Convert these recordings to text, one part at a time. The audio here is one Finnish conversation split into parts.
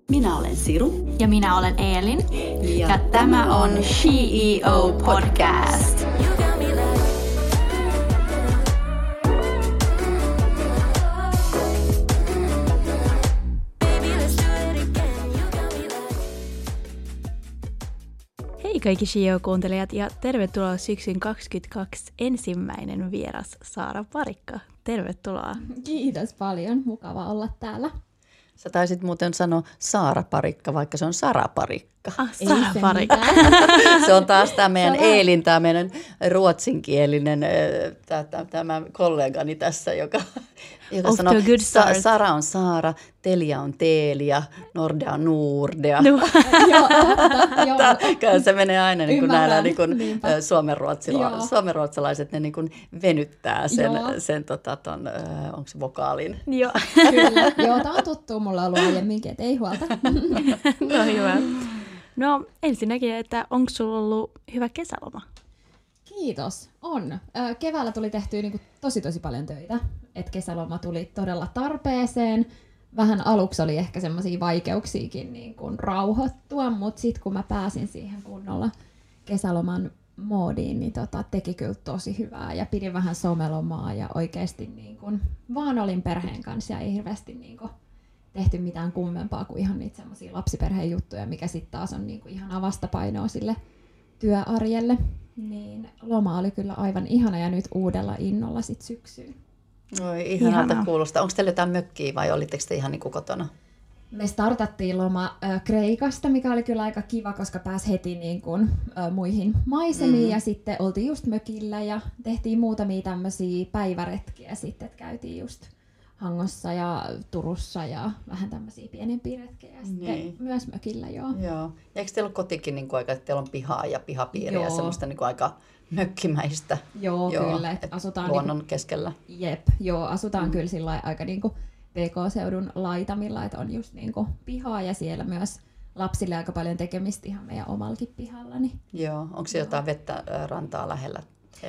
Minä olen Siru. Ja minä olen Eelin. Ja tämä on CEO Podcast. Hei kaikki CEO-kuuntelijat ja tervetuloa syksyn 2022 ensimmäinen vieras Saara Parikka. Tervetuloa. Kiitos paljon, mukava olla täällä. Sä taisit muuten sanoa Saara Parikka, vaikka se on Sara Parikka. Sara Parikka. Se on taas tämä meidän Eelin, tämä meidän ruotsinkielinen tämä kollegani tässä, joka sanoo, Sara on Saara, Telia on Telia, Nordea on Nordea. Joo. Se menee aina niin kuin näillä niin kuin suomenruotsalaiset, ne niin kuin venyttää sen onko se vokaalin? Joo. Kyllä, joo, tämä on tuttu mulla ollut aiemminkin, et ei huolta. No hyvä. No ensinnäkin, että onko sulla ollut hyvä kesäloma? Kiitos, on. Keväällä tuli tehtyä niin kuin tosi paljon töitä, että kesäloma tuli todella tarpeeseen. Vähän aluksi oli ehkä semmoisia vaikeuksiakin niin kuin rauhoittua, mutta sitten kun mä pääsin siihen kunnolla kesäloman moodiin, niin teki kyllä tosi hyvää ja pidin vähän somelomaa ja oikeasti niin kuin, vaan olin perheen kanssa ja ei hirveästi niin kuin tehty mitään kummempaa kuin ihan niitä semmoisia lapsiperheen juttuja, mikä sitten taas on niin kuin ihan vastapainoa sille työarjelle. Niin loma oli kyllä aivan ihana ja nyt uudella innolla sit syksyyn. Oi, ihanalta kuulostaa. Onko teillä jotain mökkiä vai olitteko te ihan niin kuin kotona? Me startattiin loma Kreikasta, mikä oli kyllä aika kiva, koska pääsi heti niin kuin, muihin maisemiin ja sitten oltiin just mökillä ja tehtiin muutamia tämmöisiä päiväretkiä sitten, että käytiin just Hangossa ja Turussa ja vähän tämmöisiä pienempiä retkejä sitten myös mökillä, joo. Ja eikö teillä ole kotikin niin kuin aika, että teillä on pihaa ja pihapiiriä ja semmoista niin kuin aika mökkimäistä? Joo, kyllä. Että asutaan luonnon keskellä. Jep, joo, asutaan kyllä sillä aika niin kuin PK-seudun laitamilla, että on just niin kuin pihaa ja siellä myös lapsille aika paljon tekemistä ihan meidän omallakin pihalla. Niin. Joo, onko siellä jotain vettä rantaa lähellä?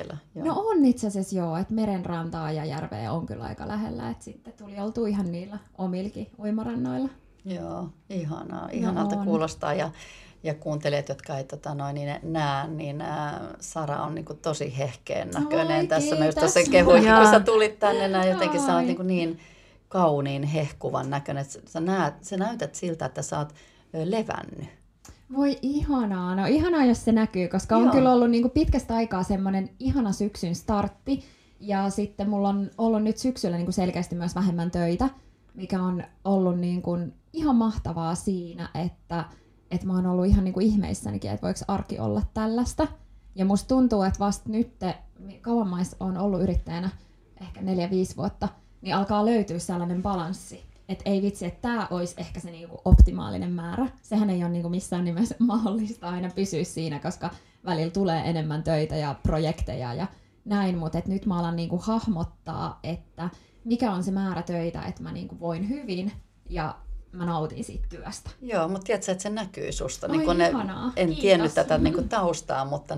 No on itse asiassa joo, että merenrantaa ja järveä on kyllä aika lähellä, että sitten tuli oltu ihan niillä omilkin uimarannoilla. Joo, ihanalta kuulostaa ja kuuntelijat, jotka ei näe, niin Sara on niinku tosi hehkeän näköinen. Tässä mä just tuossa kehuin, kun sä tulit tänne näin, jotenkin sä oot niin kauniin hehkuvan näköinen, että sä näytät siltä, että sä oot levännyt. Voi ihanaa. No ihanaa, jos se näkyy, koska on kyllä ollut niin kuin pitkästä aikaa semmoinen ihana syksyn startti. Ja sitten mulla on ollut nyt syksyllä niin kuin selkeästi myös vähemmän töitä, mikä on ollut niin kuin ihan mahtavaa siinä, että mä oon ollut ihan niin kuin ihmeissänikin, että voiko arki olla tällaista. Ja musta tuntuu, että vasta nyt, kauan on ollut yrittäjänä ehkä 4-5 vuotta, niin alkaa löytyä sellainen balanssi. Että ei vitsi, että tämä olisi ehkä se niinku optimaalinen määrä. Sehän ei ole niinku missään nimessä mahdollista aina pysyä siinä, koska välillä tulee enemmän töitä ja projekteja ja näin. Mutta nyt mä alan niinku hahmottaa, että mikä on se määrä töitä, että mä niinku voin hyvin ja mä nautin siitä työstä. Joo, mutta tiedätkö, että se näkyy susta. Oi, niin ihanaa. En tiennyt tätä niinku taustaa, mutta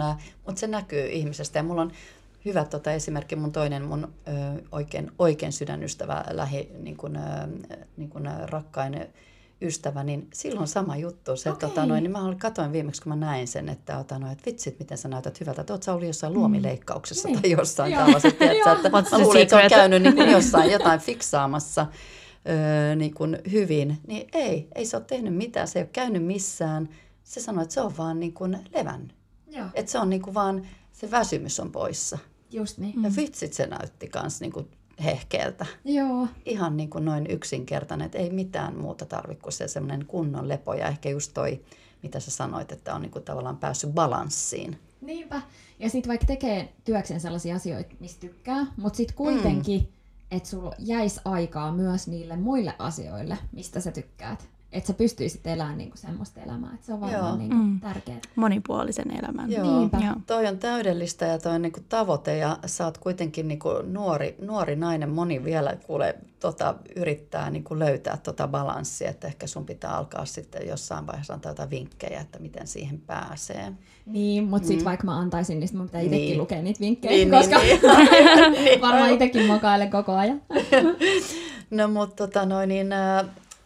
se näkyy ihmisestä. Ja mulla on hyvä esimerkki, mun oikein sydänystävä, rakkain ystävä, niin silloin sama juttu. Se, niin mä katsoin viimeksi, kun mä näin sen, että vitsit, miten sä näytät hyvältä. Että oot sä ollut jossain luomileikkauksessa tai jossain tällaisessa. Että mä luulin, että sä oot käynyt niin jossain jotain fiksaamassa niin hyvin. Niin ei se ole tehnyt mitään, se ei ole käynyt missään. Se sanoi, että se on vaan niin kuin levännyt. Että se on niin kuin vaan, se väsymys on poissa. Just niin. Ja vitsit se näytti kans niinku hehkeeltä. Joo. Ihan niinku noin yksinkertainen, että ei mitään muuta tarvitse kuin se semmoinen kunnon lepo. Ja ehkä just toi, mitä sä sanoit, että on niinku tavallaan päässyt balanssiin. Niinpä. Ja sit vaikka tekee työkseen sellaisia asioita, mistä tykkää, mutta sit kuitenkin, että sulla jäisi aikaa myös niille muille asioille, mistä sä tykkäät. Että sä pystyisit elämään niinku semmoista elämää, että se on varmaan niinku tärkeää. Monipuolisen elämän. Joo, toi on täydellistä ja toi on niinku tavoite ja sä oot kuitenkin niinku nuori nainen, moni vielä yrittää niinku löytää balanssia, että ehkä sun pitää alkaa sitten jossain vaiheessa antaa jotain vinkkejä, että miten siihen pääsee. Niin, mutta sitten vaikka mä antaisin, niin mun pitää itsekin lukea niitä vinkkejä, koska varmaan itsekin mokailen koko ajan. No mutta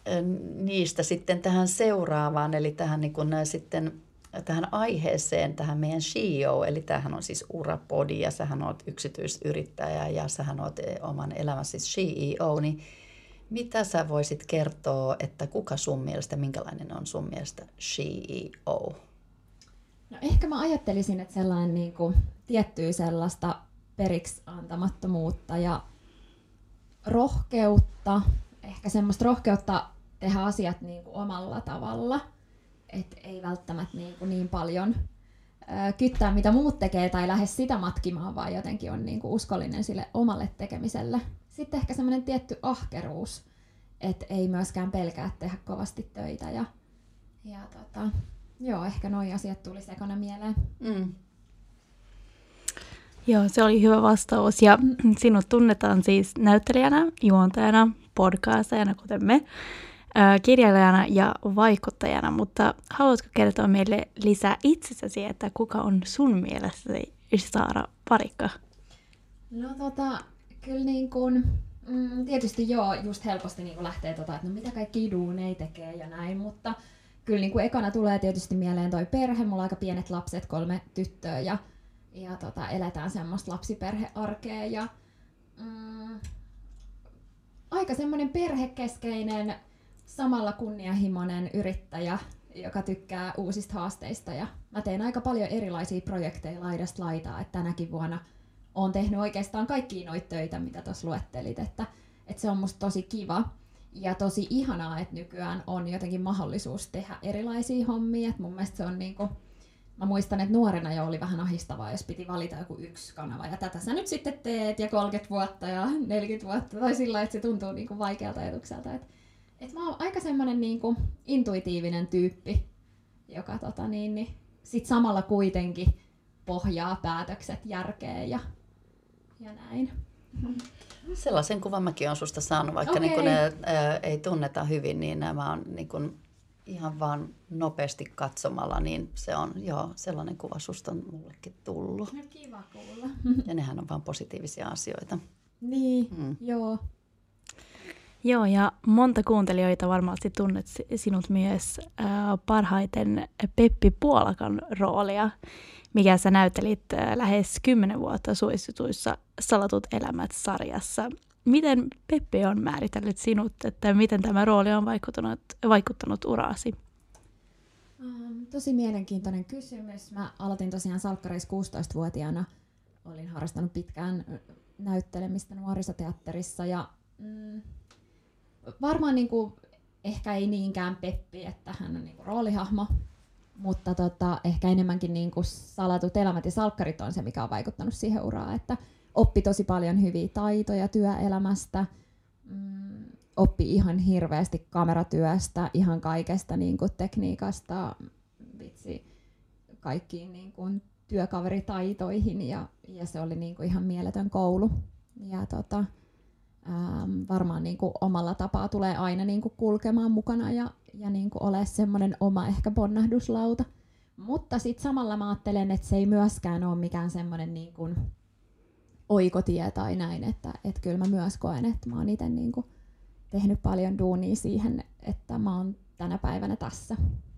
niistä sitten tähän seuraavaan, eli tähän, niin kuin, sitten, tähän aiheeseen, tähän meidän CEO, eli tämähän on siis urapodi ja sähän oot yksityisyrittäjä ja sähän oot oman elämäsi CEO, niin mitä sä voisit kertoa, että kuka sun mielestä, minkälainen on sun mielestä CEO? No ehkä mä ajattelisin, että sellainen niin kuin tiettyä sellaista periksi antamattomuutta ja rohkeutta, ehkä semmoista rohkeutta tehdä asiat niin kuin omalla tavalla, että ei välttämättä niin paljon kyttää mitä muut tekee tai lähes sitä matkimaan, vaan jotenkin on niin kuin uskollinen sille omalle tekemiselle. Sitten ehkä semmoinen tietty ahkeruus, että ei myöskään pelkää tehdä kovasti töitä joo, ehkä nuo asiat tuli sekana mieleen. Joo, se oli hyvä vastaus. Ja sinut tunnetaan siis näyttelijänä, juontajana, podcastajana, kuten me, kirjailijana ja vaikuttajana. Mutta haluatko kertoa meille lisää itsestäsi, että kuka on sun mielestäsi Saara Parikka? No kyllä niin kuin, tietysti joo, just helposti niin kuin lähtee että no mitä kaikki duuneja tekee ja näin, mutta kyllä niin kuin ekana tulee tietysti mieleen toi perhe. Mulla on aika pienet lapset, 3 tyttöä ja eletään semmoista lapsiperhearkea ja aika semmoinen perhekeskeinen, samalla kunnianhimoinen yrittäjä, joka tykkää uusista haasteista ja mä teen aika paljon erilaisia projekteja laidasta laitaa, että tänäkin vuonna olen tehnyt oikeastaan kaikkia noita töitä, mitä tuossa luettelit, että se on musta tosi kiva ja tosi ihanaa, että nykyään on jotenkin mahdollisuus tehdä erilaisia hommia, että mun mielestä se on niinku, mä muistan, että nuorena jo oli vähän ahistavaa, jos piti valita joku yksi kanava ja tätä sä nyt sitten teet ja 30 vuotta ja 40 vuotta tai sillä, että se tuntuu niinku vaikealta ajatukselta, että mä oon aika semmoinen niinku intuitiivinen tyyppi, joka sit samalla kuitenkin pohjaa päätökset järkeen ja näin. Sellaisen kuvan mäkin olen susta saanut, vaikka niin kun ne ei tunneta hyvin, niin nämä on niin kun ihan vaan nopeasti katsomalla, niin se on sellainen kuva susta on mullekin tullut. No, kiva kuulla. Ja nehän on vaan positiivisia asioita. Niin, joo. Joo, ja monta kuuntelijoita varmasti tunnet sinut myös parhaiten Peppi Puolakan roolia, mikä sä näyttelit lähes 10 vuotta suosituissa Salatut elämät-sarjassa. Miten Peppi on määritellyt sinut, että miten tämä rooli on vaikuttanut uraasi? Tosi mielenkiintoinen kysymys. Mä aloitin tosiaan salkkareissa 16-vuotiaana. Olin harrastanut pitkään näyttelemistä nuorisoteatterissa ja varmaan niinku, ehkä ei niinkään Peppi, että hän on niinku roolihahmo, mutta ehkä enemmänkin niinku Salatut elämät ja salkkarit on se, mikä on vaikuttanut siihen uraan, että oppi tosi paljon hyviä taitoja työelämästä, oppi ihan hirveästi kameratyöstä, ihan kaikesta niinku tekniikasta, kaikkiin niinku työkaveritaitoihin ja se oli niinku ihan mieletön koulu. Ja varmaan niinku omalla tapaa tulee aina niinku kulkemaan mukana ja niinku ole semmoinen oma ehkä ponnahduslauta. Mutta sitten samalla mä ajattelen, että se ei myöskään ole mikään semmoinen niinku oikotie tai näin, että kyllä mä myös koen, että mä oon itse niinku tehnyt paljon duunia siihen, että mä oon tänä päivänä tässä.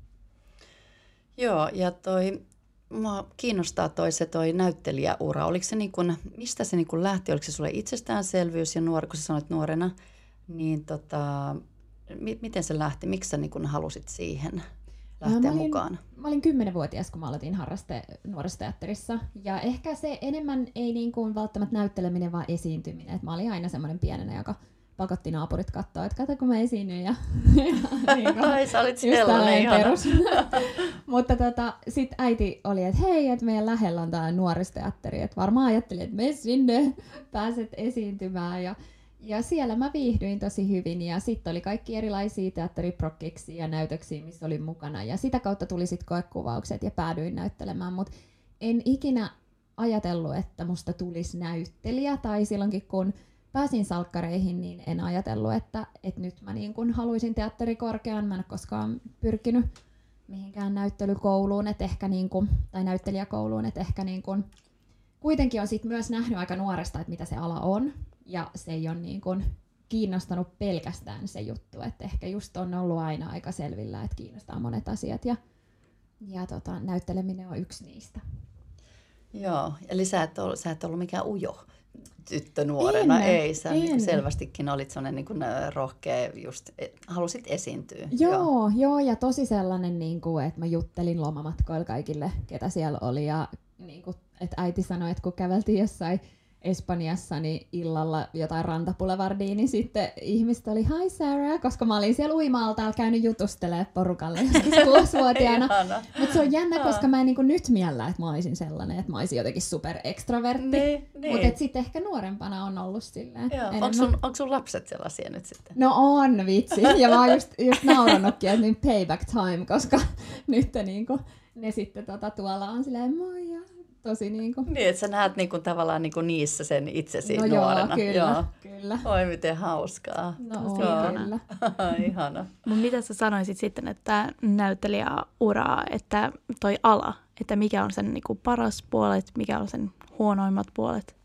Joo, ja mua kiinnostaa toi näyttelijäura. Oliko se mistä se lähti? Oliko se sulle itsestäänselvyys ja kun sä sanoit nuorena, niin miten se lähti? Miksi sä halusit siihen lähteä mukaan? Mä olin 10-vuotias, kun mä aloitin nuorisoteatterissa. Ja ehkä se enemmän ei välttämättä näytteleminen, vaan esiintyminen. Et mä olin aina semmoinen pienenä, joka pakotti naapurit katsoa, että kato kun mä esiinnyin. Ja ai sä olit sellainen perus. Mutta sit äiti oli, että hei, että meidän lähellä on tää nuorisoteatteri. Että varmaan ajattelin, että mene sinne, pääset esiintymään. Ja siellä mä viihdyin tosi hyvin ja sitten oli kaikki erilaisia teatteriprokkiksia ja näytöksiä, missä olin mukana. Ja sitä kautta tuli sitten koekuvaukset ja päädyin näyttelemään, mutta en ikinä ajatellut, että musta tulisi näyttelijä. Tai silloinkin kun pääsin salkkareihin, niin en ajatellut, että nyt mä niin kun haluaisin teatterikorkeaan. Mä en ole koskaan pyrkinyt mihinkään näyttelykouluun tai näyttelijäkouluun. Että ehkä kuitenkin on sit myös nähnyt aika nuoresta, että mitä se ala on. Ja se ei ole kiinnostanut pelkästään se juttu, että ehkä just on ollut aina aika selvillä, että kiinnostaa monet asiat ja näytteleminen on yksi niistä. Joo, eli sä et ollut mikään ujo tyttö nuorena, ei. Sä niin selvästikin olit sellainen niin rohkea, just halusit esiintyä. Joo, ja tosi sellainen, niin kuin, että mä juttelin lomamatkoilla kaikille, ketä siellä oli, ja niin kuin, että äiti sanoi, että kun käveltiin jossain Espanjassa, niin illalla jotain rantapoulevardia, niin sitten ihmiset oli, hi Sarah, koska mä olin siellä uima-altaalla käynyt jutustelemaan porukalle joskus 6-vuotiaana. Mutta se on jännä, koska mä en niin nyt miellä, että mä olisin sellainen, että mä olisin jotenkin super extrovertti. Niin. Mutta sitten ehkä nuorempana on ollut silleen. Onko sun lapset sellaisia nyt sitten? No on, vitsi. Ja mä oon just naurannutkin, että niin payback time, koska nyt ne sitten tuolla on silleen, moi ja tosi niinku. Niin, että sä näet niinku tavallaan niinku niissä sen itsesi no nuorena. Joo, kyllä. Oi, miten hauskaa. No kyllä. Ihana. Mutta mitä sä sanoisit sitten, että näyttelijäuraa, että toi ala, että mikä on sen niinku paras puolet, mikä on sen huonoimmat puolet?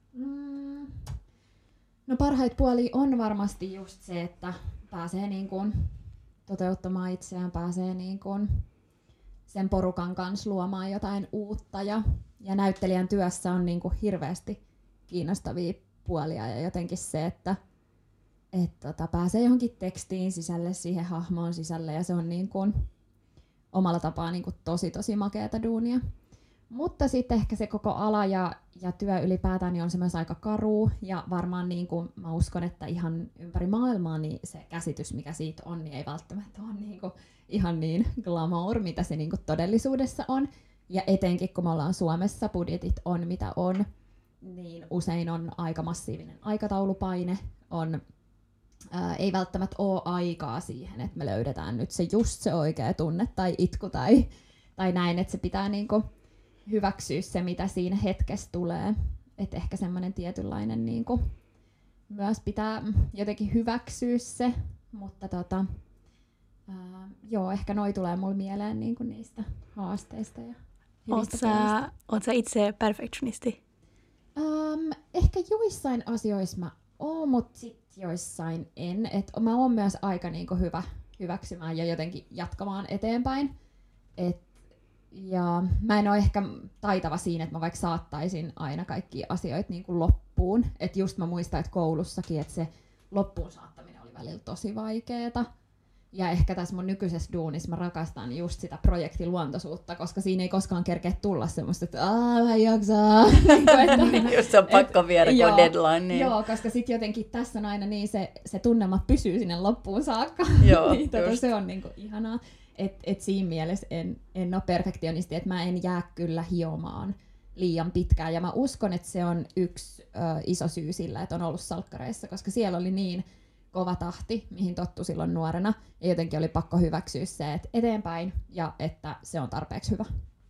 No parhaita puolia on varmasti just se, että pääsee niinku toteuttamaan itseään, pääsee niinku sen porukan kanssa luomaan jotain uutta ja näyttelijän työssä on niinku hirveästi kiinnostavia puolia ja jotenkin se, että pääsee johonkin tekstiin sisälle, siihen hahmoon sisälle ja se on niinku omalla tapaa niinku tosi makeata duunia. Mutta sitten ehkä se koko ala ja työ ylipäätään niin on se myös aika karu ja varmaan niinku, mä uskon, että ihan ympäri maailmaa niin se käsitys, mikä siitä on, niin ei välttämättä ole niinku ihan niin glamour, mitä se niinku todellisuudessa on. Ja etenkin kun me ollaan Suomessa, budjetit on mitä on, niin usein on aika massiivinen aikataulupaine, ei välttämättä ole aikaa siihen, että me löydetään nyt se just se oikea tunne tai itku tai näin, että se pitää niinku hyväksyä se, mitä siinä hetkessä tulee. Että ehkä semmoinen tietynlainen niinku, myös pitää jotenkin hyväksyä se, mutta ehkä noi tulee mulle mieleen niinku niistä haasteista ja hyvistä. Oot sä itse perfectionisti? Ehkä joissain asioissa mä oon, mutta sit joissain en. Et mä oon myös aika niinku hyvä hyväksymään ja jotenkin jatkamaan eteenpäin. Ja mä en ole ehkä taitava siinä, että mä vaikka saattaisin aina kaikkia asioita niinku loppuun. Et just mä muistan, että koulussakin, että se loppuun saattaminen oli välillä tosi vaikeeta. Ja ehkä tässä mun nykyisessä duunissa mä rakastan just sitä projektiluontoisuutta, koska siinä ei koskaan kerkeä tulla semmoista, että mä jaksaa. Just se on pakko viedä, kun on deadline. Niin. Joo, koska sitten jotenkin tässä on aina niin se tunnelma pysyy sinne loppuun saakka. Joo, niin, se on niinku ihanaa. Et siinä mielessä en ole perfektionisti, että mä en jää kyllä hiomaan liian pitkään. Ja mä uskon, että se on yksi iso syy sillä, että on ollut salkkareissa, koska siellä oli niin kova tahti, mihin tottu silloin nuorena. Ja jotenkin oli pakko hyväksyä se, että eteenpäin ja että se on tarpeeksi hyvä.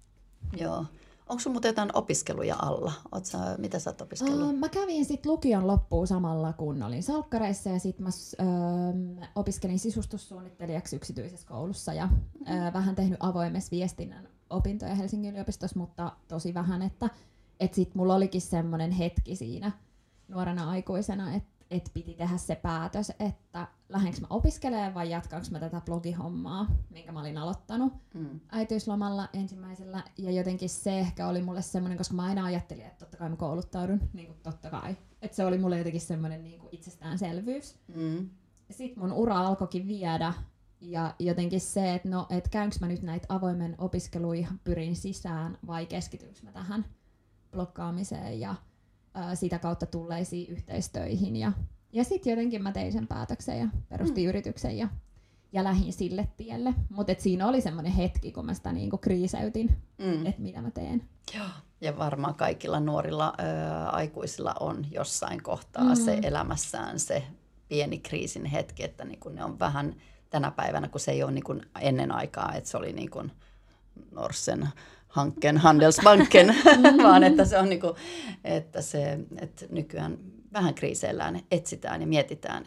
Joo. Onko sun muuten jotain opiskeluja alla? Mitä sä oot opiskellut? Mä kävin sitten lukion loppuun samalla, kun olin salkkareissa ja sitten mä opiskelin sisustussuunnittelijaksi yksityisessä koulussa ja vähän tehnyt avoimessa viestinnän opintoja Helsingin yliopistossa, mutta tosi vähän, että sitten mulla olikin semmoinen hetki siinä nuorena aikuisena, että piti tehdä se päätös, että lähdenkö mä opiskelemaan vai jatkanko mä tätä blogihommaa, minkä mä olin aloittanut äitiyslomalla ensimmäisellä. Ja jotenkin se ehkä oli mulle semmoinen, koska mä aina ajattelin, että totta kai mä kouluttaudun, niin kuin totta kai. Että se oli mulle jotenkin semmoinen niin kuin itsestäänselvyys. Sitten mun ura alkoikin viedä ja jotenkin se, että no, et käynkö mä nyt näitä avoimen opiskeluja pyrin sisään vai keskitynkö mä tähän bloggaamiseen ja sitä kautta tulleisiin yhteistöihin. Ja sitten jotenkin mä tein sen päätöksen ja perustin yrityksen ja lähdin sille tielle. Mutta siinä oli semmoinen hetki, kun mä sitä niinku kriiseytin, että mitä mä teen. Joo. Ja varmaan kaikilla nuorilla aikuisilla on jossain kohtaa se elämässään se pieni kriisin hetki, että niinku ne on vähän tänä päivänä, kun se ei ole niinku ennen aikaa, että se oli niinku Norsen hankkeen, Handelsbanken, vaan että se on niinku, että nykyään vähän kriiseillään etsitään ja mietitään,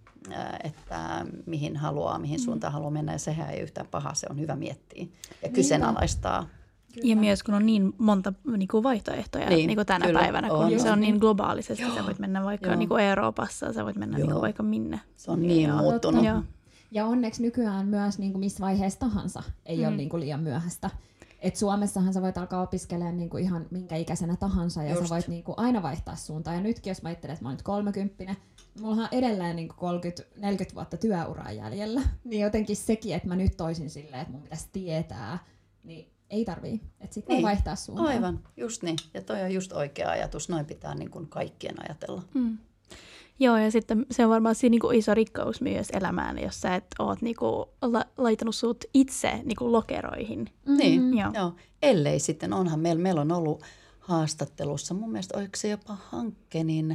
että mihin suuntaan haluaa mennä ja sehän ei yhtään paha, se on hyvä miettiä ja kyseenalaistaa Ja myös kun on niin monta niinku vaihtoehtoja niinku tänä päivänä, kun se on niin globaalisesti. Sä voit mennä vaikka niinku Euroopassa, sä voit mennä niinku vaikka minne. Se on niin muuttunut. Ja onneksi nykyään myös niinku missä vaiheessa tahansa ei ole niinku liian myöhäistä. Et Suomessahan sä voit alkaa opiskelemaan niinku ihan minkä ikäisenä tahansa ja sä voit niinku aina vaihtaa suuntaan. Ja nytkin jos mä ajattelen, että mä oon nyt 30, mulla on edelleen niinku 30-40 vuotta työuraa jäljellä. Niin jotenkin sekin, että mä nyt toisin silleen, että mun pitäisi tietää, niin ei tarvii. Että sit voi vaihtaa suuntaan. Aivan, just niin. Ja toi on just oikea ajatus. Noin pitää niin kuin kaikkien ajatella. Joo, ja sitten se on varmaan niinku iso rikkaus myös elämään, jos sä et oot niinku laitanut sut itse niinku lokeroihin. Niin, joo. Ellei sitten, onhan meillä on ollut haastattelussa, mun mielestä oliko se jopa Hankkenin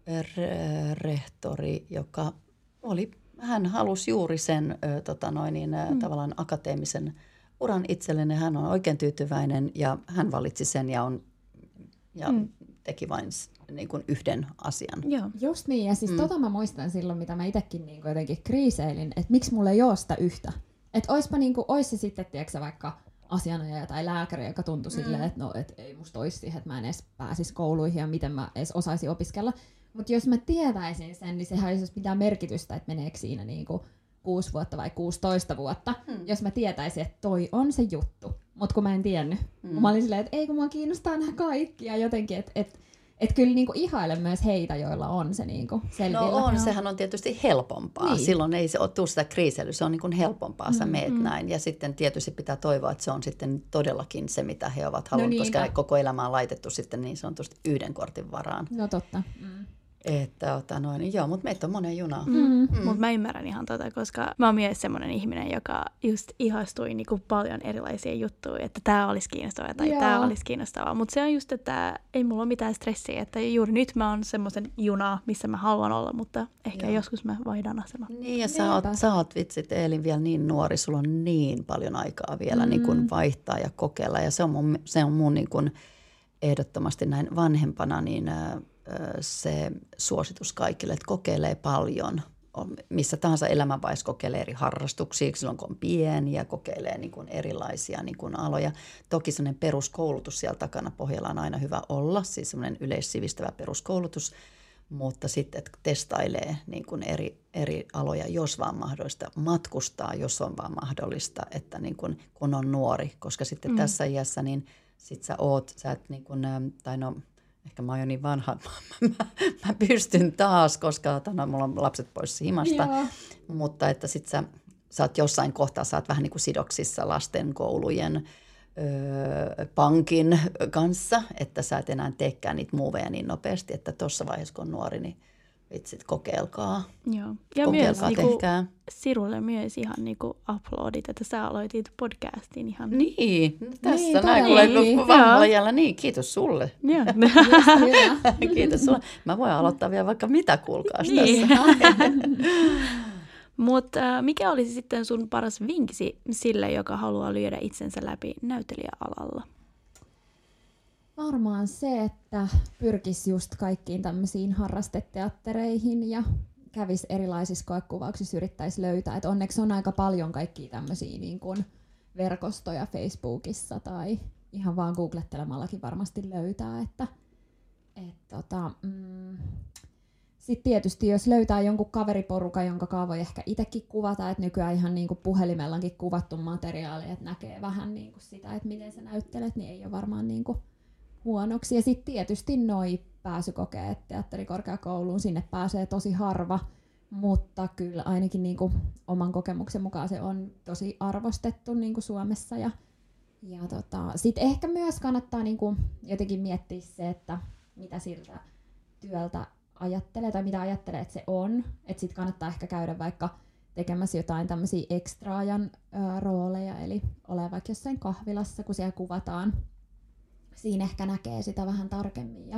rehtori, joka hän halusi juuri sen tavallaan akateemisen uran itselleen. Hän on oikein tyytyväinen ja hän valitsi sen ja teki vain niin kuin yhden asian. Joo. Just niin, ja siis mä muistan silloin, mitä mä itsekin niin jotenkin kriiseilin, että miksi mulla ei ole sitä yhtä. Että ois se sitten, tiedätkö vaikka asianajaja tai lääkäri, joka tuntui silleen, että no, et ei musta olisi siihen, että mä en edes pääsisi kouluihin ja miten mä edes osaisin opiskella. Mutta jos mä tietäisin sen, niin sehän ei olisi mitään merkitystä, että meneekö siinä niinku 6 vuotta vai 16 vuotta, jos mä tietäisin, että toi on se juttu. Mutta kun mä en tiennyt. Mä olin silleen, että ei kun mua kiinnostaa nämä kaikki ja jotenkin, että kyllä niinku ihailen myös heitä, joilla on se niinku selvillä. No on, sehän on tietysti helpompaa. Niin. Silloin ei se ole sitä kriiselyä, se on niinku helpompaa, sä meet näin. Ja sitten tietysti pitää toivoa, että se on sitten todellakin se, mitä he ovat halunneet, koska koko elämä on laitettu sitten niin sanotusti yhden kortin varaan. No totta. Että joo, mutta meitä on monen junaa. Mutta mä ymmärrän ihan koska mä oon myös semmoinen ihminen, joka just ihastui niinku paljon erilaisia juttuja, että tää olisi kiinnostavaa tai tää olisi kiinnostavaa. Mutta se on just, että ei mulla ole mitään stressiä, että juuri nyt mä oon semmoisen junaa, missä mä haluan olla, mutta ehkä joskus mä vaihdan asemaa. Niin, ja sä oot vitsit Eelin vielä niin nuori, sulla on niin paljon aikaa vielä niin kun vaihtaa ja kokeilla. Ja se on mun niin kun ehdottomasti näin vanhempana, niin se suositus kaikille, että kokeilee paljon. Missä tahansa elämänvaiheessa kokeilee eri harrastuksia, silloin kun on pieni ja kokeilee niin kuin erilaisia niin kuin aloja. Toki sellainen peruskoulutus siellä takana pohjalla on aina hyvä olla, siis sellainen yleissivistävä peruskoulutus, mutta sitten että testailee niin kuin eri aloja, jos vaan mahdollista, matkustaa, jos on vaan mahdollista, että niin kuin, kun on nuori, koska sitten tässä iässä niin sit sä et niin kuin, tai no ehkä mä oon jo niin vanha, mä pystyn taas, koska mulla on lapset pois himasta, mutta että sit sä oot jossain kohtaa, sä oot vähän niin kuin sidoksissa lastenkoulujen pankin kanssa, että sä et enää teekään niitä moveja niin nopeasti, että tuossa vaiheessa kun on nuori, niin vitsit kokeilkaa. Joo. Ja kokeilkaa, myös tehkää. Sirulle myös ihan niinku uploadit, että sä aloitit podcastin ihan. Niin, tässä näin kuule vanhoilla. Niin, kiitos sulle. Joo. Kiitos sulle. Mä voin aloittaa vielä vaikka mitä, kuulkaas niin. tässä. Mutta mikä olisi sitten sun paras vinkki sille, joka haluaa lyödä itsensä läpi näyttelijäalalla? Varmaan se, että pyrkisi just kaikkiin tämmöisiin harrasteteattereihin ja kävisi erilaisissa koekuvauksissa, yrittäisi löytää. Et onneksi on aika paljon kaikkia tämmöisiä niin kuin verkostoja Facebookissa tai ihan vaan googlettelemallakin varmasti löytää. Sitten tietysti jos löytää jonkun kaveriporukan, jonka voi ehkä itsekin kuvata, että nykyään ihan niin kuin puhelimellakin kuvattu materiaali, että näkee vähän niin kuin sitä, että miten sä näyttelet, niin ei ole varmaan niin kuin huonoksi. Ja sitten tietysti noi pääsykokeet teatterikorkeakouluun, sinne pääsee tosi harva, mutta kyllä ainakin niinku oman kokemuksen mukaan se on tosi arvostettu niinku Suomessa. Ja sitten ehkä myös kannattaa niinku jotenkin miettiä se, että mitä siltä työltä ajattelee tai mitä ajattelee, että se on. Että sitten kannattaa ehkä käydä vaikka tekemässä jotain tämmöisiä extra-ajan rooleja, eli ole vaikka jossain kahvilassa, kun siellä kuvataan. Siinä ehkä näkee sitä vähän tarkemmin.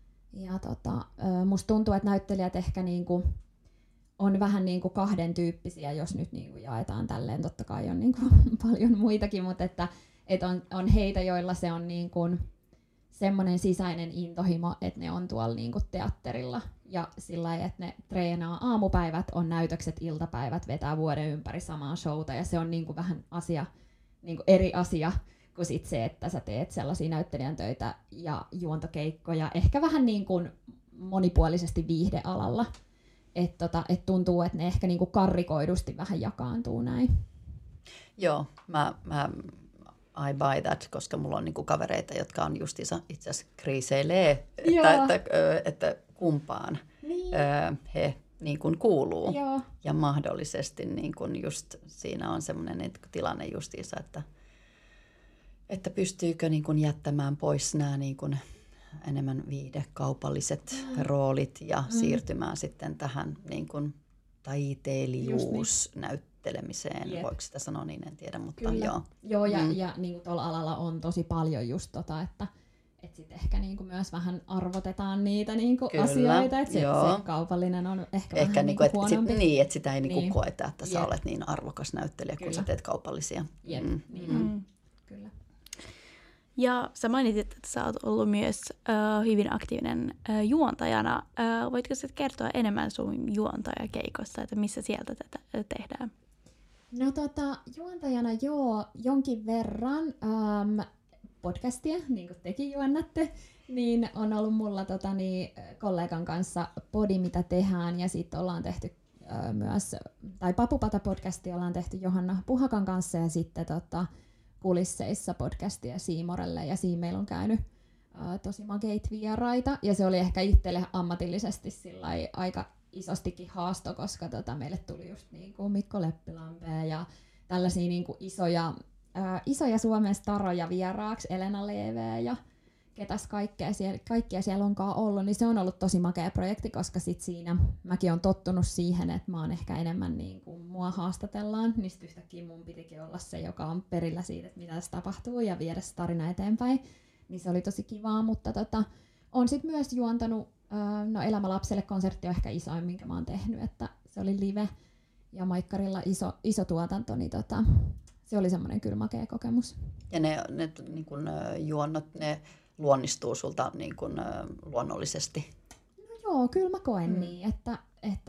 Musta tuntuu, että näyttelijät ehkä niinku on vähän niinku kahden tyyppisiä, jos nyt niinku jaetaan tälleen. Totta kai on niinku paljon muitakin, mutta että on heitä, joilla se on niinku semmoinen sisäinen intohimo, että ne on tuolla niinku teatterilla. Ja sillä lailla, että ne treenaa aamupäivät, on näytökset, iltapäivät, vetää vuoden ympäri samaa showta. Ja se on niinku vähän asia, niinku eri asia kuin sit se, että sä teet sellaisia näyttelijän töitä ja juontokeikkoja, ehkä vähän niin kuin monipuolisesti viihdealalla. Että tuntuu, että ne ehkä niin kuin karrikoidusti vähän jakaantuu näin. Joo, mä I buy that, koska mulla on niinku kavereita, jotka on justiinsa itse asiassa kriiseilee, että kumpaan niin. He niin kuin kuuluu. Joo. Ja mahdollisesti niin kuin just siinä on semmoinen tilanne justiinsa, että pystyykö niin kuin jättämään pois nämä niin kuin enemmän viihdekaupalliset roolit ja siirtymään sitten tähän niin kuin taiteilijuusnäyttelemiseen. Yep. Voiko sitä sanoa niin, en tiedä, mutta kyllä. Joo. Joo, ja niin kuin tuolla alalla on tosi paljon just että sitten ehkä niin kuin myös vähän arvotetaan niitä niin kuin asioita, että se kaupallinen on ehkä vähän niin kuin huonompi. Niin, että sitä ei niin kuin koeta, että sä olet niin arvokas näyttelijä, kun sä teet kaupallisia. Jep, kyllä. Ja sä mainitit, että sä oot ollut myös hyvin aktiivinen juontajana. Voitko sä kertoa enemmän sun juontajakeikosta, että missä sieltä tätä tehdään? No juontajana jonkin verran podcastia, niin kuin tekin juonnatte, niin on ollut mulla kollegan kanssa podi, mitä tehdään, ja sitten ollaan tehty myös, tai Papupata-podcastia ollaan tehty Johanna Puhakan kanssa, ja sitten Kulisseissa podcastia Siimorelle, ja siinä meillä on käynyt tosi makeita vieraita, ja se oli ehkä itselle ammatillisesti aika isostikin haasto, koska meille tuli just niinku Mikko Leppilampea ja tällaisia niinku isoja Suomen staroja vieraaksi, Elena Leveä ja ketäs kaikkea siellä onkaan ollut, niin se on ollut tosi makea projekti, koska sit siinä mäkin on tottunut siihen, että mä oon ehkä enemmän niin kuin mua haastatellaan, niin sit yhtäkkiä mun pitikin olla se, joka on perillä siitä, että mitä tässä tapahtuu ja viedä se tarina eteenpäin, niin se oli tosi kivaa, mutta on sit myös juontanut, Elämä lapselle -konsertti on ehkä isoin, minkä mä oon tehnyt, että se oli live ja Maikkarilla iso tuotanto, niin se oli semmoinen kyllä makea kokemus. Ja ne niin kun, juonnot, ne luonnistuu sulta niin kun, luonnollisesti? No joo, kyllä mä koen niin, että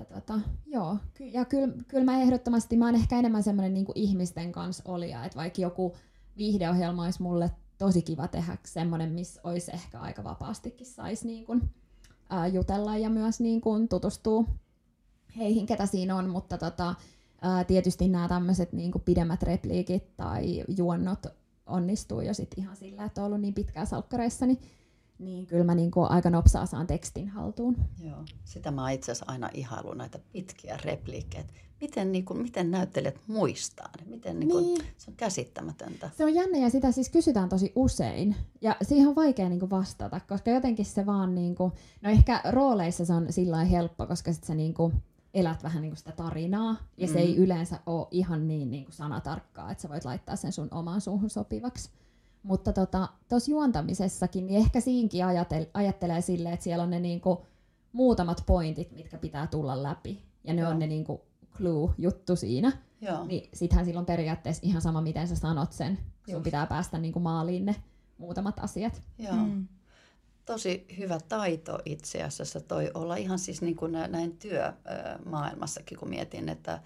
joo. Ja kyllä mä ehdottomasti, mä oon ehkä enemmän semmoinen niin kuin ihmisten kanssa olija, että vaikka joku viihdeohjelma olisi mulle tosi kiva tehdä semmoinen, missä olisi ehkä aika vapaastikin saisi niin kuin, jutella ja myös niin kuin tutustua heihin, ketä siinä on, mutta tietysti nämä tämmöiset niin kuin pidemmät repliikit tai juonnot onnistuu jo sit ihan sillä, että on ollut niin pitkään salkkareissa, niin kyllä mä niin kuin aika nopsaa saan tekstin haltuun. Joo, sitä mä itse asiassa aina ihailu näitä pitkiä repliikkejä. Miten näyttelijät muistaa ne? Niin. Se on käsittämätöntä. Se on jännä ja sitä siis kysytään tosi usein. Ja siihen on vaikea niin kuin vastata, koska jotenkin se vaan, niin kuin, no ehkä rooleissa se on sillä lailla helppo, koska sit sä niin kuin elät vähän niin kuin sitä tarinaa, ja se ei yleensä ole ihan niin kuin sanatarkkaa, että sä voit laittaa sen sun omaan suuhun sopivaksi. Mutta tuossa juontamisessakin, niin ehkä siinkin ajattelee silleen, että siellä on ne niin kuin muutamat pointit, mitkä pitää tulla läpi, ja ne on ne niin kuin clue-juttu siinä. Joo. Niin sittenhän silloin periaatteessa ihan sama, miten sä sanot sen. Sun pitää päästä niin kuin maaliin ne muutamat asiat. Joo. Tosi hyvä taito itse asiassa toi olla ihan siis niin kuin näin työmaailmassakin, kun mietin, että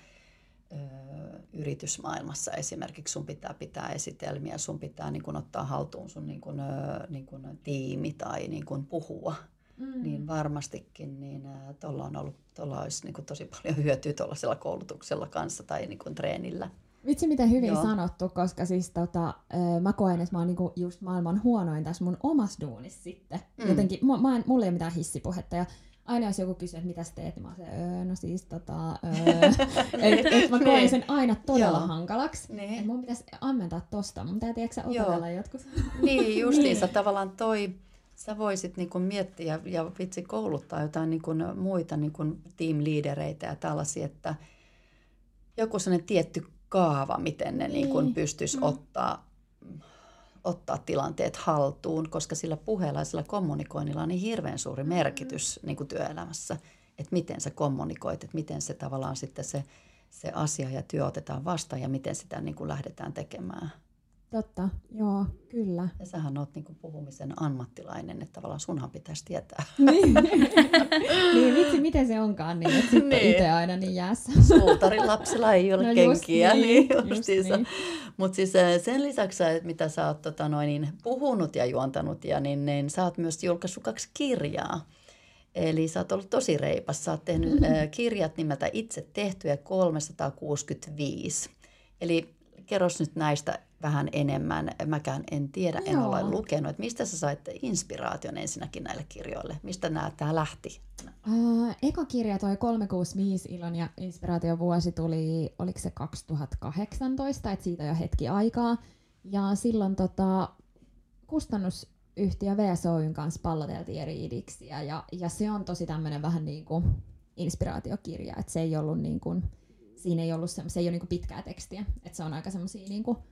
yritysmaailmassa esimerkiksi sun pitää esitelmiä, sun pitää niin kuin ottaa haltuun sun niin kuin tiimi tai niin kuin puhua. Niin varmastikin niin tuolla olisi niin kuin tosi paljon hyötyä tuollaisella koulutuksella kanssa tai niin kuin treenillä. Vitsi miten hyvin sanottu, koska siis mä koen, että mä oon niinku just maailman huonoin tässä mun omassa duunissa sitten. Jotenkin, mulla ei ole mitään hissipuhetta ja aina jos joku kysyy, että mitä sä teet, niin mä oon se, no siis et mä koen sen aina todella hankalaksi. Niin. Mun pitäisi ammentaa tosta, mun pitää tiedätkö opetella jotkut. Niin, justiinsa tavallaan sä voisit niinku miettiä ja vitsi kouluttaa jotain niinku muita niinku team-liidereitä ja tällaisia, että joku sellainen tietty kaava, miten ne niin kuin pystyisi ottaa tilanteet haltuun, koska sillä puheella ja sillä kommunikoinnilla on niin hirveän suuri merkitys niin kuin työelämässä, että miten sä kommunikoit, että miten se tavallaan sitten se asia ja työ otetaan vastaan ja miten sitä niin kuin lähdetään tekemään. Totta, joo, kyllä. Ja sähän oot niin kuin puhumisen ammattilainen, että tavallaan sunhan pitäisi tietää. Niin, vitsi, miten se onkaan niin, että sitten itse aina niin jäässä. Suutarin lapsilla ei ole kenkiä, niin justiinsa. Niin. Mutta siis sen lisäksi, että mitä sä oot puhunut ja juontanut, niin sä oot myös julkaissut 2 kirjaa. Eli sä oot ollut tosi reipas. Sä oot tehnyt kirjat nimeltä Itse tehtyjä 365. Eli kerros nyt näistä vähän enemmän. Mäkään en tiedä, en ole lukenut. Että mistä sä sait inspiraation ensinnäkin näille kirjoille? Mistä tää lähti? Eka kirja, toi 365 ilon ja inspiraatiovuosi tuli, oliko se 2018, että siitä jo hetki aikaa. Ja silloin kustannusyhtiö VSOYn kanssa palloteltiin eri idiksiä ja se on tosi tämmöinen vähän niin kuin inspiraatiokirja, että se ei ollut niin kuin, siinä ei ollut se ei ole niin kuin pitkää tekstiä, että se on aika semmoisia niin kuin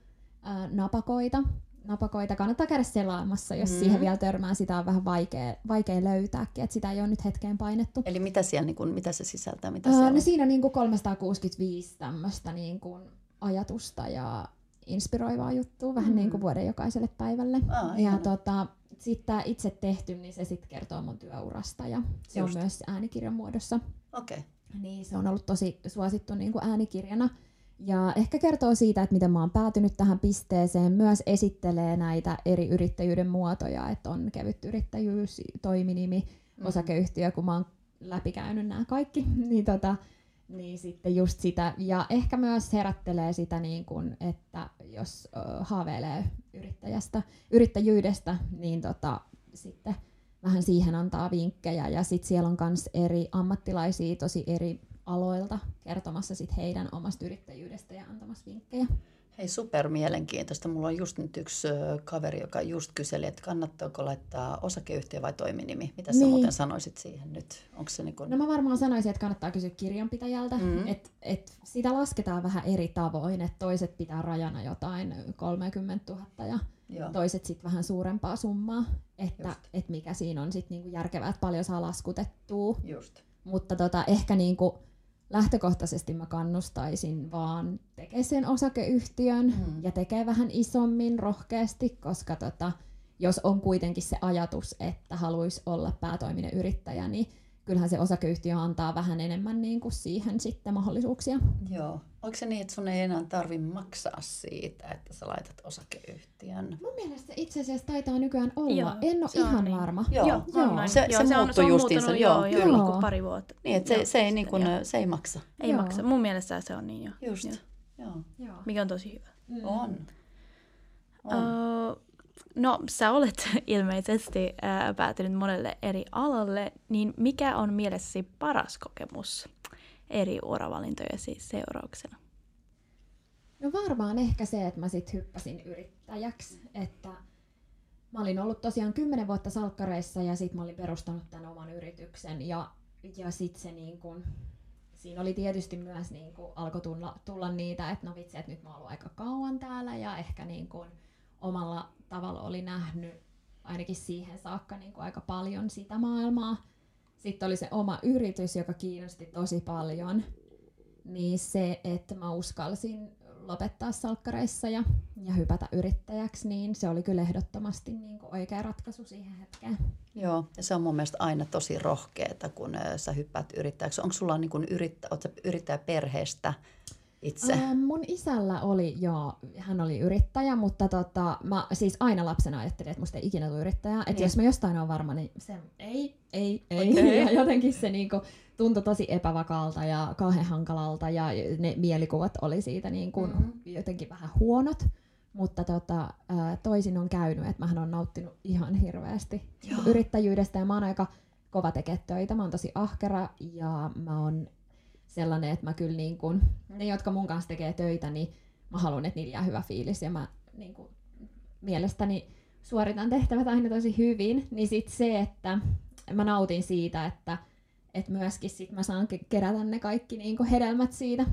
napakoita. Kannattaa käydä selaamassa, jos siihen vielä törmää. Sitä on vähän vaikea löytääkin, että sitä ei ole nyt hetkeen painettu. Eli mitä se sisältää? No siinä on niin kuin 365 tämmöistä niin kuin ajatusta ja inspiroivaa juttua, vähän niin kuin vuoden jokaiselle päivälle. Ja sitten Itse tehty, niin se sitten kertoo mun työurasta ja se on myös äänikirjan muodossa. Okay. Niin se on ollut tosi suosittu niin kuin äänikirjana. Ja ehkä kertoo siitä, että miten mä oon päätynyt tähän pisteeseen. Myös esittelee näitä eri yrittäjyyden muotoja, että on kevyt yrittäjyys, toiminimi, osakeyhtiö, kun mä oon läpikäynyt nämä kaikki. Niin sitten just sitä. Ja ehkä myös herättelee sitä, niin kun, että jos haaveilee yrittäjyydestä, niin sitten vähän siihen antaa vinkkejä. Ja sitten siellä on myös eri ammattilaisia tosi eri aloilta kertomassa sit heidän omasta yrittäjyydestä ja antamassa vinkkejä. Hei, super mielenkiintoista. Mulla on just nyt yksi kaveri, joka just kyseli, että kannattaako laittaa osakeyhtiö vai toiminimi. Mitä sä muuten sanoisit siihen nyt? Onko se niin kun... No mä varmaan sanoisin, että kannattaa kysyä kirjanpitäjältä. Että sitä lasketaan vähän eri tavoin. Että toiset pitää rajana jotain 30 000 ja toiset sitten vähän suurempaa summaa. Että mikä siinä on sitten niinku järkevää, että paljon saa laskutettua. Just. Mutta ehkä niinku lähtökohtaisesti mä kannustaisin vaan tekee sen osakeyhtiön ja tekee vähän isommin rohkeasti, koska jos on kuitenkin se ajatus, että haluaisi olla päätoiminen yrittäjä, niin kyllähän se osakeyhtiö antaa vähän enemmän niin kuin siihen sitten mahdollisuuksia. Joo. Onko se niin, että sun ei enää tarvitse maksaa siitä, että sä laitat osakeyhtiön? Mun mielestä itse asiassa taitaa nykyään olla. Joo, en ole ihan niin. varma. Joo. Se muuttui justiinsa. Joo, kuin pari vuotta. Niin, että se ei maksa. Ei maksa. Mun mielestä se on niin jo. Just. Joo. Mikä on tosi hyvä. On. No, sä olet ilmeisesti päätynyt monelle eri alalle, niin mikä on mielessäsi paras kokemus eri uravalintojen siis seurauksena? No varmaan ehkä se, että mä sit hyppäsin yrittäjäksi. Että mä olin ollut tosiaan 10 vuotta salkkareissa ja sit mä olin perustanut tämän oman yrityksen. Ja sit se niin kun, siinä oli tietysti myös niin kun alkoi tulla niitä, että no vitsi, että nyt mä oon ollut aika kauan täällä ja ehkä niin kun omalla tavalla oli nähnyt ainakin siihen saakka niin kuin aika paljon sitä maailmaa. Sitten oli se oma yritys, joka kiinnosti tosi paljon. Niin se, että mä uskalsin lopettaa salkkareissa ja hypätä yrittäjäksi, niin se oli kyllä ehdottomasti niin kuin oikea ratkaisu siihen hetkeen. Joo, ja se on mun mielestä aina tosi rohkeeta, kun sä hyppäät yrittäjäksi. Onko sulla niin kuin yrittäjä perheestä itse? Mun isällä oli, hän oli yrittäjä, mutta mä siis aina lapsena ajattelin, että musta ei ikinä tule yrittäjää. Että jos mä jostain on varma, niin se ei. Okay. Ja jotenkin se niinku tuntui tosi epävakaalta ja kauhean hankalalta ja ne mielikuvat oli siitä niinku jotenkin vähän huonot. Mutta toisin on käynyt, että mähän on nauttinut ihan hirveästi yrittäjyydestä ja mä oon aika kova tekemään töitä. Mä oon tosi ahkera ja mä oon sellainen, että mä kyllä niin kun, ne, jotka mun kanssa tekee töitä, niin mä haluan, että niillä jää hyvä fiilis ja mä niin kun, mielestäni suoritan tehtävät aina tosi hyvin, niin sit se, että mä nautin siitä, että myöskin sit mä saan kerätä ne kaikki niin kun hedelmät siitä.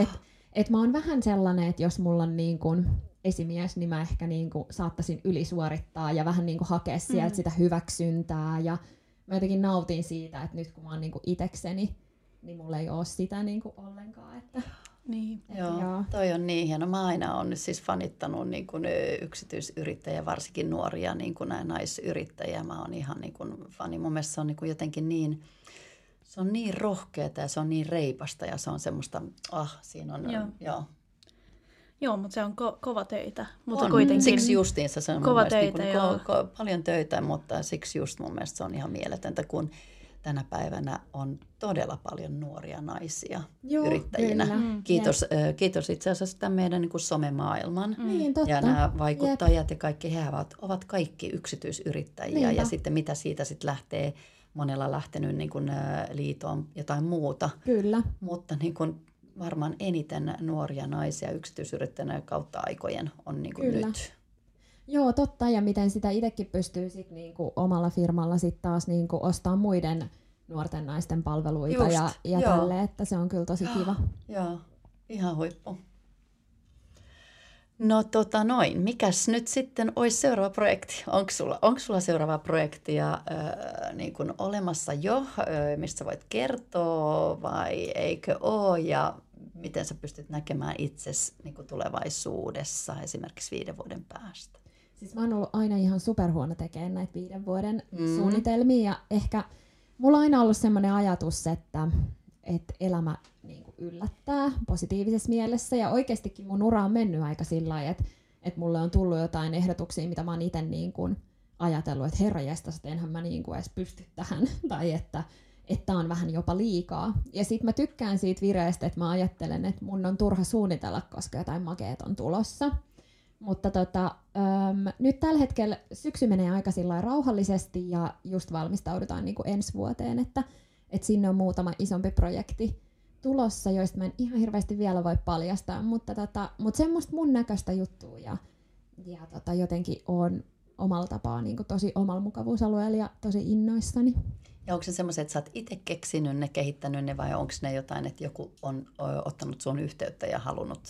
Et mä oon vähän sellainen, että jos mulla on niin kun esimies, niin mä ehkä niin kun saattaisin ylisuorittaa ja vähän niin kun hakea sieltä sitä hyväksyntää ja mä jotenkin nautin siitä, että nyt kun mä oon niin kun itekseni, niin mulla ei ole sitä niin kuin ollenkaan. Että, niin. Joo, toi on niin hieno. Mä aina olen nyt siis fanittanut niin kuin yksityisyrittäjiä, varsinkin nuoria niin kuin naisyrittäjiä. Mä oon ihan niin kuin fani. Mun mielestä se on niin kuin jotenkin niin, se on niin rohkeata ja se on niin reipasta ja se on semmoista, siinä on, joo. Joo, mutta se on kova töitä. Mutta on. kuitenkin Siksi justiinsa se on kova mun töitä, mielestä paljon töitä, mutta siksi just mun mielestä se on ihan mieletöntä, kun tänä päivänä on todella paljon nuoria naisia yrittäjinä. Kiitos itse asiassa tämän meidän niin kuin somemaailman. Ja nämä vaikuttajat ja kaikki he ovat kaikki yksityisyrittäjiä. Ja sitten mitä siitä sitten lähtee, monella lähtenyt niin kuin liitoon jotain muuta. Kyllä. Mutta niin kuin varmaan eniten nuoria naisia yksityisyrittäjänä kautta aikojen on niin kuin nyt. Joo, totta. Ja miten sitä itsekin pystyy sit niinku omalla firmalla sit taas niinku ostaa muiden nuorten naisten palveluita ja tälleen, että se on kyllä tosi kiva. Joo, ihan huippu. No mikäs nyt sitten olisi seuraava projekti? Onko sulla seuraava projektia niin kuin olemassa jo, mistä voit kertoa vai eikö ole? Ja miten sä pystyt näkemään itsesi niin kuin tulevaisuudessa, esimerkiksi 5 vuoden päästä? Siis mä oon ollut aina ihan superhuono tekemään näitä 5 vuoden suunnitelmia ja ehkä mulla on aina ollut semmoinen ajatus, että elämä niin kuin yllättää positiivisessa mielessä ja oikeastikin mun ura on mennyt aika sillä lailla, että mulle on tullut jotain ehdotuksia, mitä mä oon itse niin kuin ajatellut, että herranjestas, että enhän mä niin kuin edes pysty tähän tai että on vähän jopa liikaa. Ja sit mä tykkään siitä vireestä, että mä ajattelen, että mun on turha suunnitella, koska jotain makeet on tulossa. Mutta nyt tällä hetkellä syksy menee aika sillä rauhallisesti ja just valmistaudutaan niin kuin ensi vuoteen, että sinne on muutama isompi projekti tulossa, joista mä en ihan hirveästi vielä voi paljastaa, mutta semmoista mun näköistä juttua ja jotenkin on omalla tapaa niin kuin tosi omalla mukavuusalueella ja tosi innoissani. Ja onko se semmoiset, että sä oot itse keksinyt ne, kehittänyt ne vai onko ne jotain, että joku on ottanut sun yhteyttä ja halunnut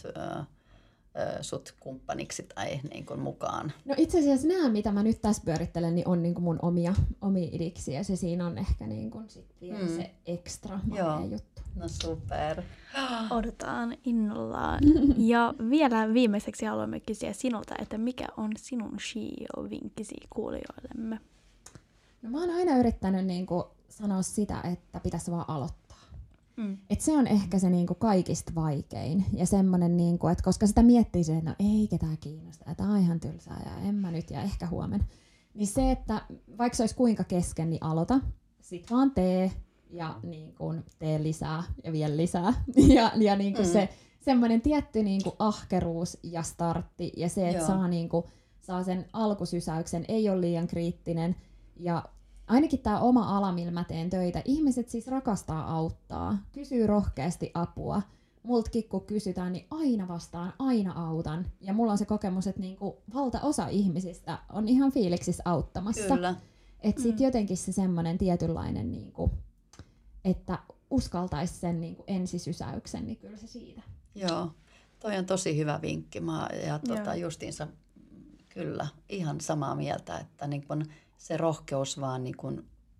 sut kumppaniksi tai niin kuin mukaan? No itse asiassa nämä, mitä mä nyt tässä pyörittelen, niin on niin kuin mun omia idiksiä. Se siinä on ehkä niin kuin sit vielä se ekstra juttu. No super. Odotaan innolla. Ja vielä viimeiseksi haluamme kysyä sinulta, että mikä on sinun shio-vinkkisi kuulijoillemme? No mä oon aina yrittänyt niin kuin sanoa sitä, että pitäisi vaan aloittaa. Et se on ehkä se niinku kaikista vaikein. Ja semmonen, niinku, että koska sitä miettii se, että no ei ketään kiinnostaa, tämä on ihan tylsää ja en mä nyt ja ehkä huomenna. Niin se, että vaikka se olisi kuinka kesken, niin aloita. Sit vaan tee ja niinku, tee lisää ja vielä lisää. ja niinku se semmoinen tietty niinku ahkeruus ja startti ja se, että saa sen alkusysäyksen, ei ole liian kriittinen ja ainakin tämä oma ala, millä mä teen töitä, ihmiset siis rakastaa auttaa, kysyy rohkeasti apua. Multakin kun kysytään, niin aina vastaan, aina autan. Ja mulla on se kokemus, että niinku valtaosa ihmisistä on ihan fiiliksissä auttamassa. Kyllä. Että sitten jotenkin se semmoinen tietynlainen, niinku, että uskaltaisi sen niinku ensisysäyksen, niin kyllä se siitä. Joo, toi on tosi hyvä vinkki. Justiinsa kyllä ihan samaa mieltä, että niin kun se rohkeus vaan niin kun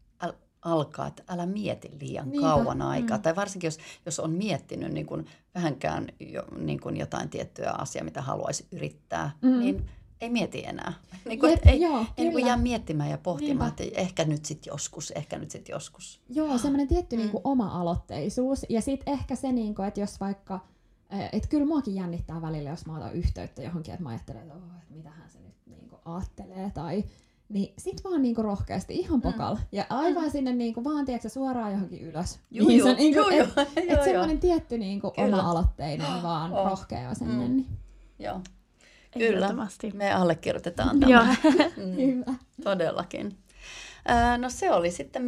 alkaa, että älä mieti liian kauan aikaa. Tai varsinkin, jos on miettinyt niin kun vähänkään niin kun jotain tiettyä asiaa, mitä haluaisi yrittää, niin ei mieti enää. Niin kun, ei jää miettimään ja pohtimaan, että ehkä nyt sitten joskus. Joo, semmoinen tietty niin kuin oma-aloitteisuus. Ja sitten ehkä se, niin kuin, että jos vaikka, että kyllä muakin jännittää välillä, jos mä otan yhteyttä johonkin, että mä ajattelen, että mitähän se nyt niin kuin ajattelee tai... Niin sit vaan niinku rohkeasti, ihan pokal. Ja aivan sinne niinku vaan, tiedätkö, suoraan johonkin ylös. Että semmoinen tietty niinku oma-aloitteinen, vaan rohkea asenne. Niin. Joo, kyllä. Me allekirjoitetaan tämä. Hyvä. Todellakin. No se oli sitten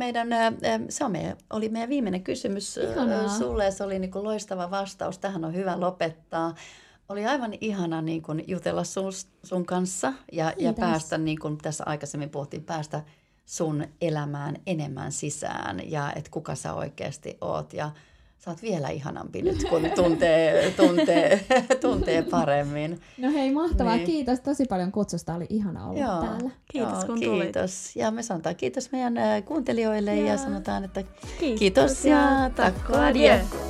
oli meidän viimeinen kysymys sulle. Se oli niinku loistava vastaus. Tähän on hyvä lopettaa. Oli aivan ihana niin kun jutella sun kanssa ja päästä, niin kuin tässä aikaisemmin puhuttiin, päästä sun elämään enemmän sisään ja että kuka sä oikeasti oot. Ja sä oot vielä ihanampi nyt, kun tuntee paremmin. No hei, mahtavaa. Niin. Kiitos tosi paljon kutsusta. Oli ihana olla täällä. Kiitos kun tulit. Kiitos. Ja me sanotaan kiitos meidän kuuntelijoille ja sanotaan, että kiitos ja takko adie.